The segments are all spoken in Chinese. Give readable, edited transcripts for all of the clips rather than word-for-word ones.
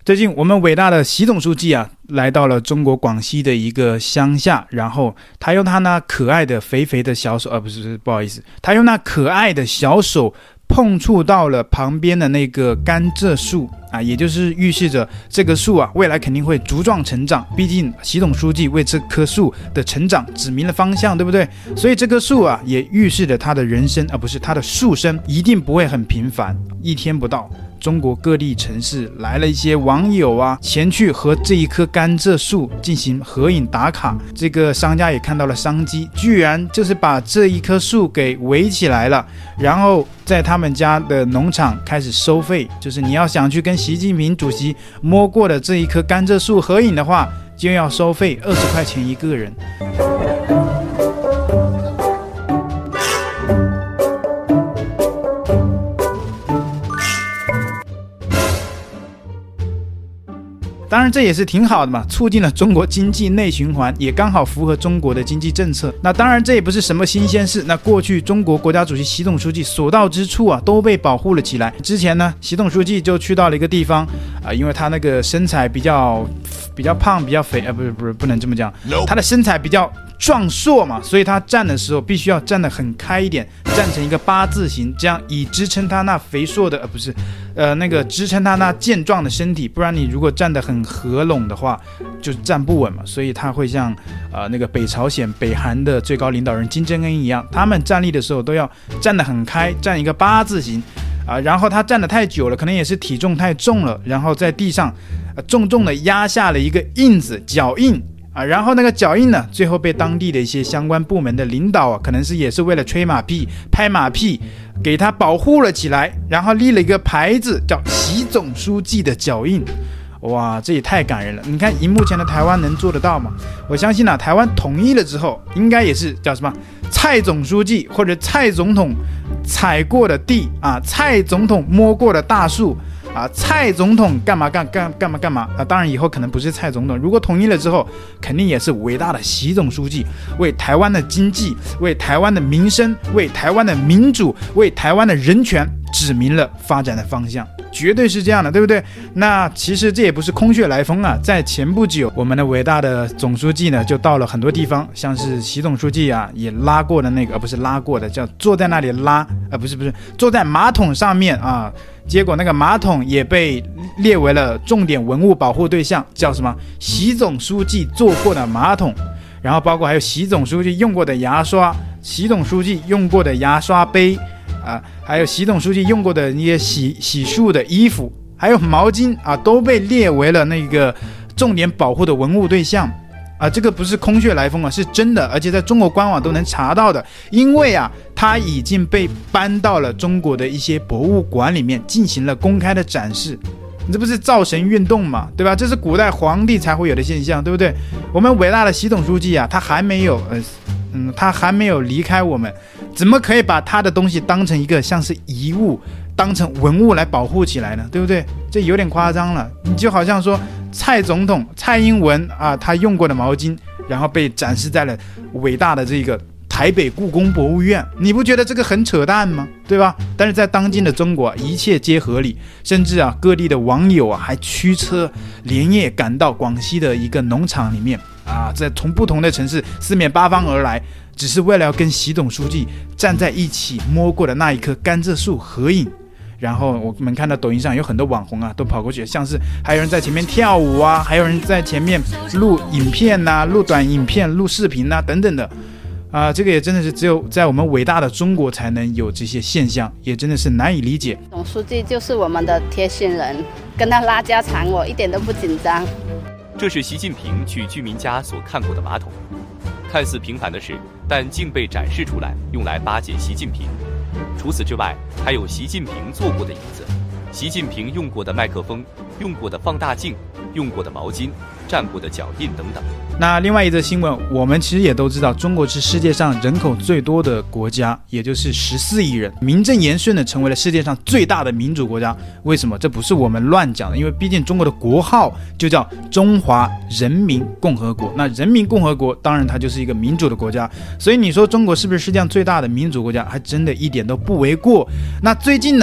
最近我们伟大的习总书记啊，来到了中国广西的一个乡下，然后他用他那可爱的肥肥的小手，不好意思，他用那可爱的小手碰触到了旁边的那个甘蔗树啊，也就是预示着这个树啊未来肯定会茁壮成长。毕竟习总书记为这棵树的成长指明了方向，对不对？所以这棵树啊也预示着他的人生，不是他的树生一定不会很平凡。一天不到，中国各地城市来了一些网友啊，前去和这一棵甘蔗树进行合影打卡。这个商家也看到了商机，居然就是把这一棵树给围起来了，然后在他们家的农场开始收费，就是你要想去跟习近平主席摸过的这一棵甘蔗树合影的话，就要收费20块钱一个人。当然这也是挺好的嘛，促进了中国经济内循环，也刚好符合中国的经济政策。那当然这也不是什么新鲜事，那过去中国国家主席习总书记所到之处啊都被保护了起来。之前呢，习总书记就去到了一个地方因为他那个身材比较胖比较肥不能这么讲，他的身材比较壮硕嘛，所以他站的时候必须要站得很开一点，站成一个8字形，这样以支撑他那肥硕的支撑他那健壮的身体，不然你如果站得很合拢的话就站不稳嘛。所以他会像那个北朝鲜北韩的最高领导人金正恩一样，他们站立的时候都要站得很开，站一个8字形然后他站得太久了，可能也是体重太重了，然后在地上重重的压下了一个印子，脚印然后那个脚印呢，最后被当地的一些相关部门的领导可能是也是为了吹马屁拍马屁，给他保护了起来，然后立了一个牌子叫习总书记的脚印。哇，这也太感人了！你看荧幕前的台湾能做得到吗？我相信台湾统一了之后，应该也是叫什么蔡总书记或者蔡总统踩过的地蔡总统摸过的大树蔡总统干嘛当然以后可能不是蔡总统，如果统一了之后，肯定也是伟大的习总书记为台湾的经济、为台湾的民生、为台湾的民主、为台湾的人权指明了发展的方向，绝对是这样的，对不对？那其实这也不是空穴来风在前不久，我们的伟大的总书记呢，就到了很多地方，像是习总书记也拉过的那个，不是拉过的，叫坐在那里拉，不是坐在马桶上面结果那个马桶也被列为了重点文物保护对象，叫什么？习总书记坐过的马桶，然后包括还有习总书记用过的牙刷、习总书记用过的牙刷杯还有习总书记用过的那些洗漱的衣服，还有毛巾都被列为了那个重点保护的文物对象这个不是空穴来风是真的，而且在中国官网都能查到的，因为它已经被搬到了中国的一些博物馆里面进行了公开的展示。你这不是造神运动嘛，对吧？这是古代皇帝才会有的现象，对不对？我们伟大的习总书记他还没有离开我们，怎么可以把他的东西当成一个像是遗物，当成文物来保护起来呢？对不对？这有点夸张了。你就好像说蔡总统蔡英文他用过的毛巾，然后被展示在了伟大的这个台北故宫博物院，你不觉得这个很扯淡吗？对吧？但是在当今的中国一切皆合理，甚至各地的网友还驱车连夜赶到广西的一个农场里面在从不同的城市四面八方而来，只是为了要跟习总书记站在一起摸过的那一棵甘蔗树合影。然后我们看到抖音上有很多网红都跑过去，像是还有人在前面跳舞还有人在前面录影片录短影片、录视频等等的这个也真的是只有在我们伟大的中国才能有这些现象，也真的是难以理解。 总书记就是我们的贴心人，跟他拉家常我一点都不紧张。 这是习近平去居民家所看过的马桶，看似平凡的事，但竟被展示出来，用来巴结习近平。除此之外，还有习近平坐过的椅子、习近平用过的麦克风、用过的放大镜、用过的毛巾、站过的脚印等等。 那另外一则新闻，我们其实也都知道，中国是世界上人口最多的国家，也就是14亿人，名正言顺的成为了世界上最大的民主国家。为什么？这不是我们乱讲的，因为毕竟中国的国号就叫中华人民共和国。那人民共和国当然它就是一个民主的国家，所以你说中国是不是世界上最大的民主国家，还真的一点都不为过。那最近呢，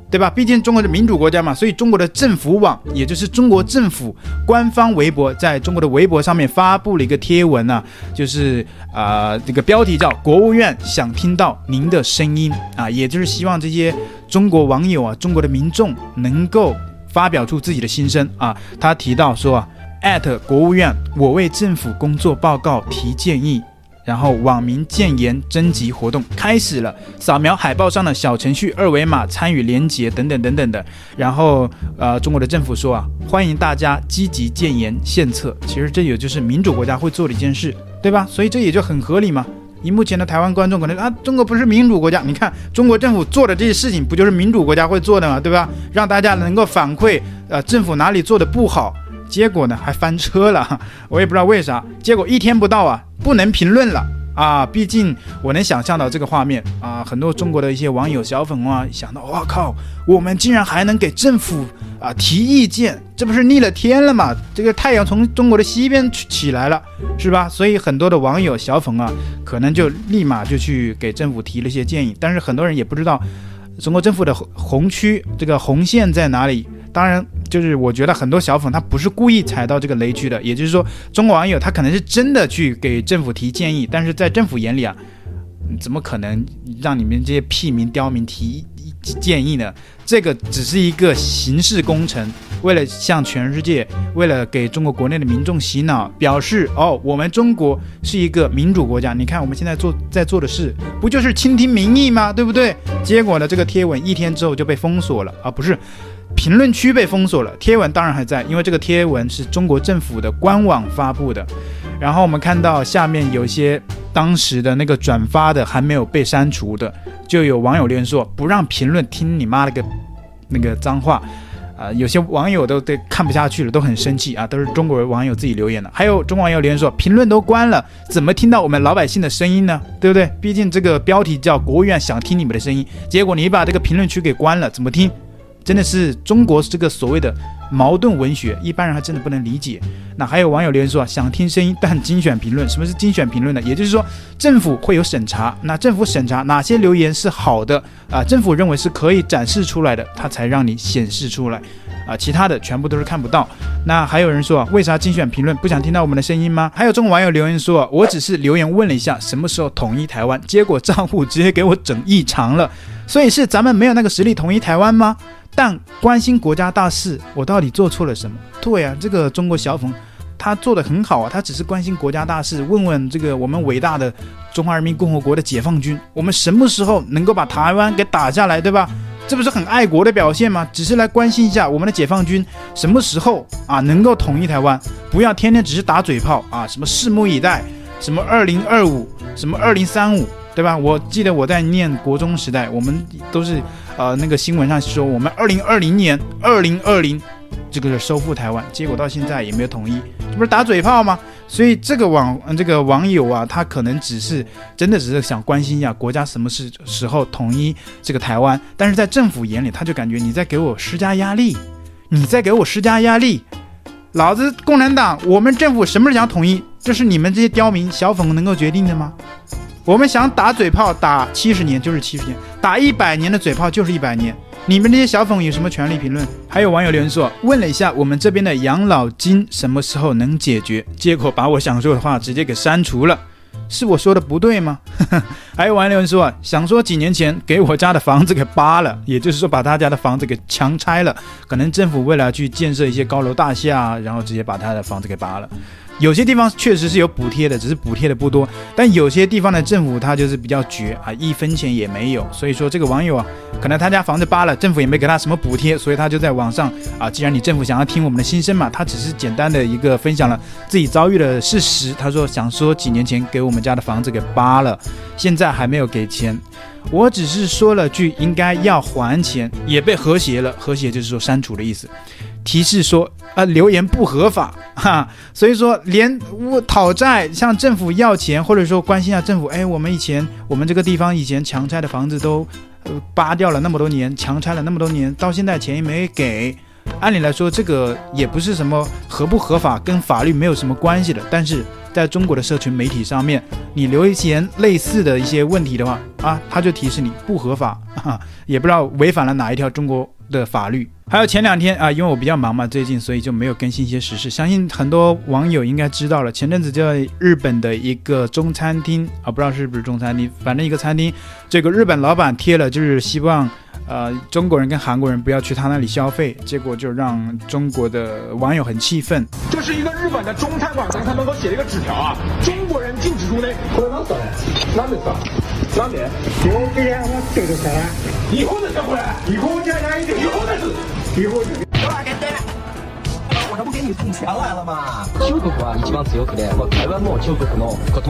对吧？毕竟中国是民主国家嘛，所以中国的政府网，也就是中国政府官方微博，在中国的微博上面发布了一个贴文啊，就是这个标题叫"国务院想听到您的声音"啊，也就是希望这些中国网友啊，中国的民众能够发表出自己的心声啊。他提到说啊，@国务院，我为政府工作报告提建议。然后网民建言征集活动开始了，扫描海报上的小程序二维码参与连结等等等等的。然后中国的政府说啊，欢迎大家积极建言献策。其实这也就是民主国家会做的一件事，对吧？所以这也就很合理嘛。以目前的台湾观众可能啊，中国不是民主国家，你看中国政府做的这些事情不就是民主国家会做的嘛，对吧？让大家能够反馈政府哪里做的不好。结果呢还翻车了，我也不知道为啥。结果1天不到啊，不能评论了啊！毕竟我能想象到这个画面啊，很多中国的一些网友小粉啊，想到哇靠，我们竟然还能给政府提意见，这不是逆了天了吗？这个太阳从中国的西边起来了，是吧？所以很多的网友小粉啊，可能就立马就去给政府提了一些建议，但是很多人也不知道中国政府的红区这个红线在哪里。当然就是我觉得很多小粉他不是故意踩到这个雷区的，也就是说中国网友他可能是真的去给政府提建议，但是在政府眼里啊，怎么可能让你们这些屁民刁民提建议呢？这个只是一个形式工程，为了向全世界，为了给中国国内的民众洗脑，表示我们中国是一个民主国家。你看我们现在在做的事，不就是倾听民意吗？对不对？结果呢，这个贴文1天之后就被封锁了啊，不是。评论区被封锁了，贴文当然还在，因为这个贴文是中国政府的官网发布的。然后我们看到下面有些当时的那个转发的还没有被删除的，就有网友留言说不让评论，听你妈那个脏话有些网友都看不下去了，都很生气啊，都是中国网友自己留言的。还有中国网友留言说评论都关了，怎么听到我们老百姓的声音呢？对不对？毕竟这个标题叫国务院想听你们的声音，结果你把这个评论区给关了，怎么听？真的是中国这个所谓的矛盾文学，一般人还真的不能理解。那还有网友留言说想听声音但精选评论。什么是精选评论呢？也就是说政府会有审查，那政府审查哪些留言是好的政府认为是可以展示出来的，它才让你显示出来其他的全部都是看不到。那还有人说为啥精选评论？不想听到我们的声音吗？还有中国网友留言说我只是留言问了一下什么时候统一台湾，结果账户直接给我整异常了。所以是咱们没有那个实力统一台湾吗？但关心国家大事，我到底做错了什么？对啊，这个中国小粉他做得很好啊，他只是关心国家大事，问问这个我们伟大的中华人民共和国的解放军，我们什么时候能够把台湾给打下来，对吧？这不是很爱国的表现吗？只是来关心一下我们的解放军什么时候能够统一台湾，不要天天只是打嘴炮什么拭目以待，什么2025，什么2035。对吧？我记得我在念国中时代，我们都是那个新闻上说我们2020年2020这个收复台湾，结果到现在也没有统一，这不是打嘴炮吗？所以这个网友他可能真的只是想关心一下国家什么时候统一这个台湾，但是在政府眼里他就感觉你在给我施加压力，老子共产党，我们政府什么时候想统一，这是你们这些刁民小粉能够决定的吗？我们想打嘴炮打70年就是70年，打100年的嘴炮就是100年，你们这些小粉有什么权利评论？还有网友留言说问了一下我们这边的养老金什么时候能解决，结果把我想说的话直接给删除了，是我说的不对吗？还有网友留言说想说几年前给我家的房子给扒了，也就是说把他家的房子给强拆了，可能政府为了去建设一些高楼大厦然后直接把他的房子给扒了。有些地方确实是有补贴的，只是补贴的不多，但有些地方的政府它就是比较绝1分钱也没有。所以说这个网友可能他家房子扒了，政府也没给他什么补贴，所以他就在网上既然你政府想要听我们的心声嘛，他只是简单的一个分享了自己遭遇的事实。他说想说几年前给我们家的房子给扒了，现在还没有给钱，我只是说了句应该要还钱，也被和谐了，和谐就是说删除的意思。提示说留言不合法所以说连讨债向政府要钱，或者说关心一下政府，我们这个地方以前强拆的房子都扒掉了那么多年，强拆了那么多年，到现在钱也没给。按理来说这个也不是什么合不合法，跟法律没有什么关系的，但是在中国的社群媒体上面，你留言类似的一些问题的话啊，他就提示你不合法也不知道违反了哪一条中国的法律。还有前2天啊，因为我比较忙嘛，最近所以就没有更新一些时事。相信很多网友应该知道了，前阵子在日本的一个中餐厅啊，不知道是不是中餐厅，反正一个餐厅，这个日本老板贴了，就是希望中国人跟韩国人不要去他那里消费，结果就让中国的网友很气愤。 这是一个日本的中餐馆，在他门口写了一个纸条啊，中国人禁止入内。これ何それ？何ですか？なんで？病気で余ってるから。違法ですかこれ？違法じゃないです。違法です。違法です。多少钱？我这不给你送钱来了吗？中国は一番強くて、台湾も中国のこと。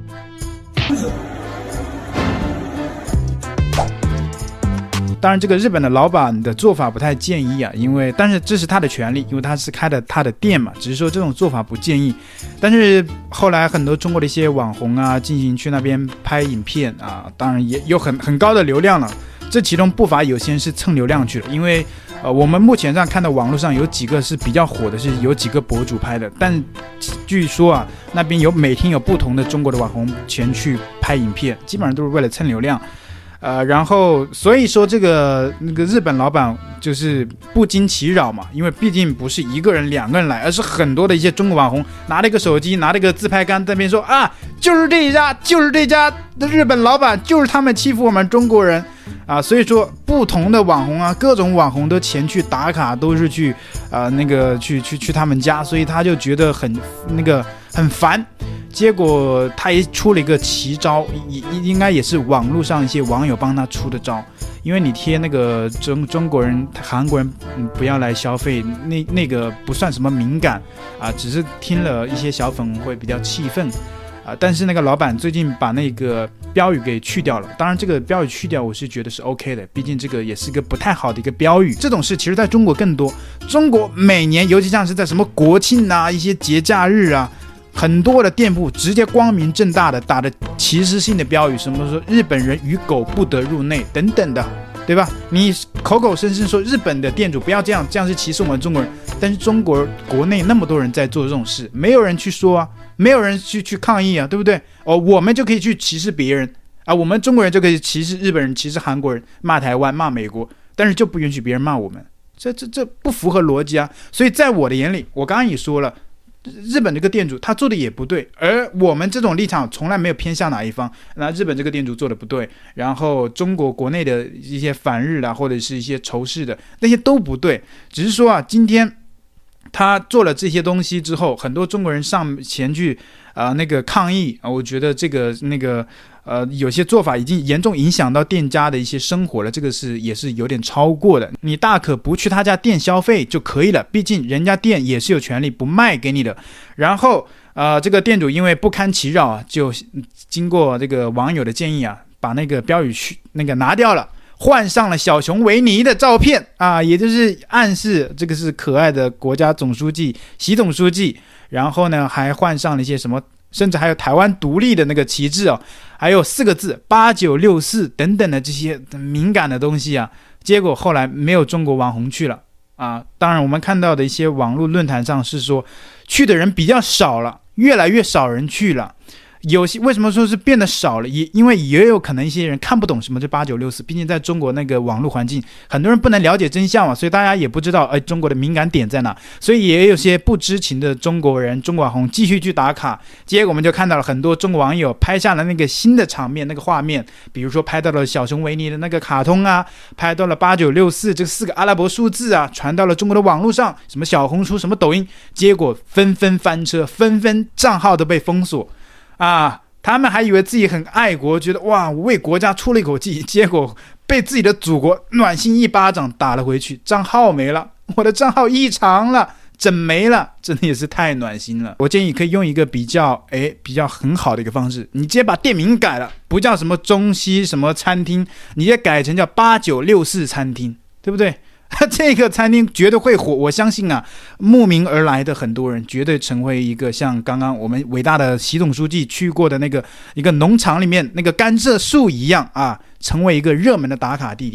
当然这个日本的老板的做法不太建议啊，但是这是他的权利，因为他是开的他的店嘛，只是说这种做法不建议。但是后来很多中国的一些网红啊进行去那边拍影片啊，当然也有很高的流量了，这其中不乏有些人是蹭流量去了，因为我们目前上看到网络上有几个是比较火的，是有几个博主拍的，但据说啊那边每天有不同的中国的网红前去拍影片，基本上都是为了蹭流量。然后所以说那个日本老板就是不经其扰嘛，因为毕竟不是1个人2个人来，而是很多的一些中国网红拿了一个手机，拿了一个自拍杆在那边说啊，就是这家的日本老板，就是他们欺负我们中国人啊。所以说不同的网红啊，各种网红都前去打卡，都是去去他们家，所以他就觉得很烦。结果他也出了一个奇招，应该也是网络上一些网友帮他出的招，因为你贴那个中国人、韩国人不要来消费，那个不算什么敏感啊，只是听了一些小粉会比较气愤啊。但是那个老板最近把那个标语给去掉了，当然这个标语去掉我是觉得是 OK 的，毕竟这个也是个不太好的一个标语。这种事其实在中国更多，中国每年尤其像是在什么国庆啊、一些节假日啊，很多的店铺直接光明正大的打的歧视性的标语，什么说日本人与狗不得入内等等的，对吧？你口口声声说日本的店主不要这样是歧视我们中国人，但是中国国内那么多人在做这种事，没有人去说啊，没有人去抗议啊，对不对？我们就可以去歧视别人啊，我们中国人就可以歧视日本人、歧视韩国人、骂台湾、骂美国，但是就不允许别人骂我们，这不符合逻辑啊。所以在我的眼里，我刚刚也说了，日本这个店主他做的也不对，而我们这种立场从来没有偏向哪一方。那日本这个店主做的不对，然后中国国内的一些反日啦，或者是一些仇视的那些都不对，只是说啊，今天他做了这些东西之后，很多中国人上前去抗议啊，我觉得这个有些做法已经严重影响到店家的一些生活了，这个也是有点超过的。你大可不去他家店消费就可以了，毕竟人家店也是有权利不卖给你的。然后这个店主因为不堪其扰啊，就经过这个网友的建议啊，把那个标语拿掉了，换上了小熊维尼的照片啊，也就是暗示这个是可爱的国家总书记习总书记。然后呢，还换上了一些什么，甚至还有台湾独立的那个旗帜还有4个字8964等等的这些敏感的东西啊。结果后来没有中国网红去了啊。当然我们看到的一些网络论坛上是说去的人比较少了，越来越少人去了。有些为什么说是变得少了，因为也有可能一些人看不懂什么是8964，毕竟在中国那个网络环境很多人不能了解真相嘛，所以大家也不知道中国的敏感点在哪，所以也有些不知情的中国人、中国网红继续去打卡。结果我们就看到了很多中国网友拍下了那个新的场面，那个画面，比如说拍到了小熊维尼的那个卡通啊，拍到了8964这4个阿拉伯数字啊，传到了中国的网络上，什么小红书、什么抖音，结果纷纷翻车，纷纷账号都被封锁啊，他们还以为自己很爱国，觉得哇，我为国家出了一口气，结果被自己的祖国暖心一巴掌打了回去，账号没了，我的账号异常了，整没了，真的也是太暖心了。我建议可以用一个比较很好的一个方式，你直接把店名改了，不叫什么中西什么餐厅，你直接改成叫8964餐厅，对不对？这个餐厅绝对会火，我相信啊，慕名而来的很多人绝对成为一个像刚刚我们伟大的习总书记去过的那个一个农场里面那个甘蔗树一样啊，成为一个热门的打卡地点。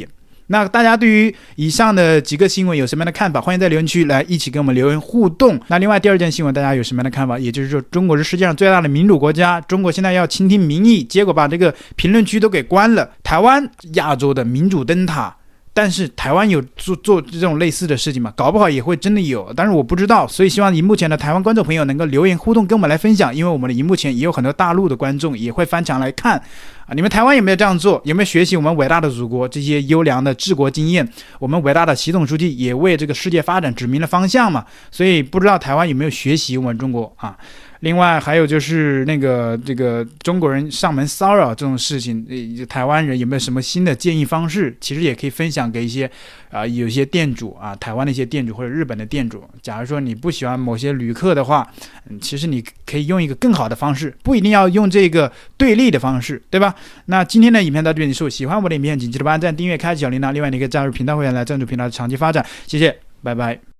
那大家对于以上的几个新闻有什么样的看法？欢迎在留言区来一起跟我们留言互动。那另外第二件新闻，大家有什么样的看法？也就是说，中国是世界上最大的民主国家，中国现在要倾听民意，结果把这个评论区都给关了。台湾亚洲的民主灯塔，但是台湾有做这种类似的事情吗？搞不好也会真的有，但是我不知道，所以希望荧幕前的台湾观众朋友能够留言互动，跟我们来分享，因为我们的荧幕前也有很多大陆的观众也会翻墙来看啊。你们台湾有没有这样做？有没有学习我们伟大的祖国这些优良的治国经验？我们伟大的习总书记也为这个世界发展指明了方向嘛，所以不知道台湾有没有学习我们中国啊？另外还有就是这个中国人上门骚扰这种事情，台湾人有没有什么新的建议方式？其实也可以分享给一些有些店主啊，台湾的一些店主或者日本的店主。假如说你不喜欢某些旅客的话，其实你可以用一个更好的方式，不一定要用这个对立的方式，对吧？那今天的影片到这里结束，喜欢我的影片请记得按赞、订阅、开启小铃铛。另外你可以加入频道会员来赞助频道的长期发展，谢谢，拜拜。